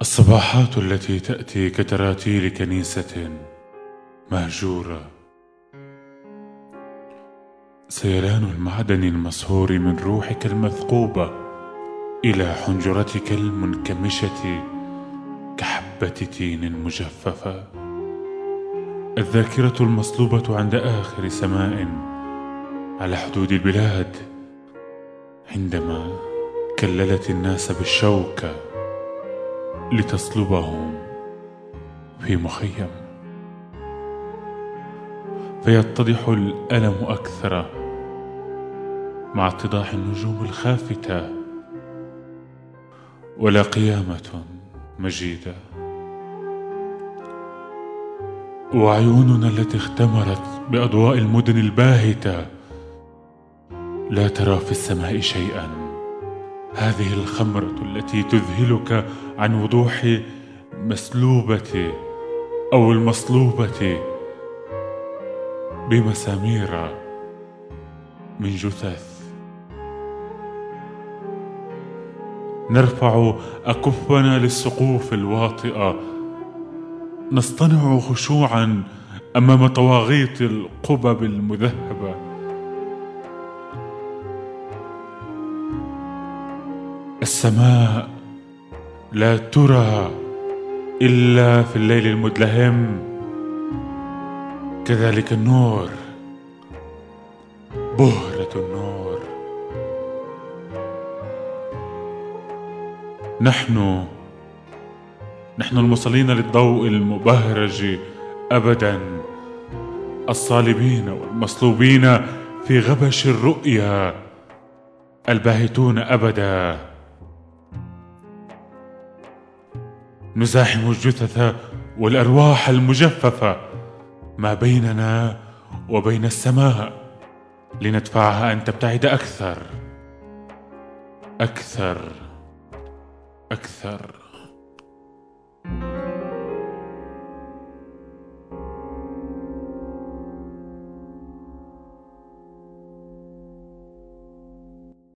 الصباحات التي تأتي كتراتيل كنيسة مهجورة، سيلان المعدن المصهور من روحك المثقوبة إلى حنجرتك المنكمشة كحبة تين مجففة، الذاكرة المصلوبة عند آخر سماء على حدود البلاد، عندما كللت الناس بالشوكة لتصلبهم في مخيم، فيتضح الألم أكثر مع اتضاح النجوم الخافتة، ولا قيامة مجيدة، وعيوننا التي اختمرت بأضواء المدن الباهتة لا ترى في السماء شيئا. هذه الخمرة التي تذهلك عن وضوح مسلوبة أو المصلوبة بمسامير من جثث. نرفع أكفنا للسقوف الواطئة، نصطنع خشوعا أمام طواغيت القبب المذهبة. السماء لا ترى إلا في الليل المدلهم، كذلك النور، بهرة النور. نحن المصلين للضوء المبهرج أبدا، الصالبين والمصلوبين في غبش الرؤيا، الباهتون أبدا. نزاحم الجثث والأرواح المجففة ما بيننا وبين السماء لندفعها أن تبتعد أكثر أكثر أكثر.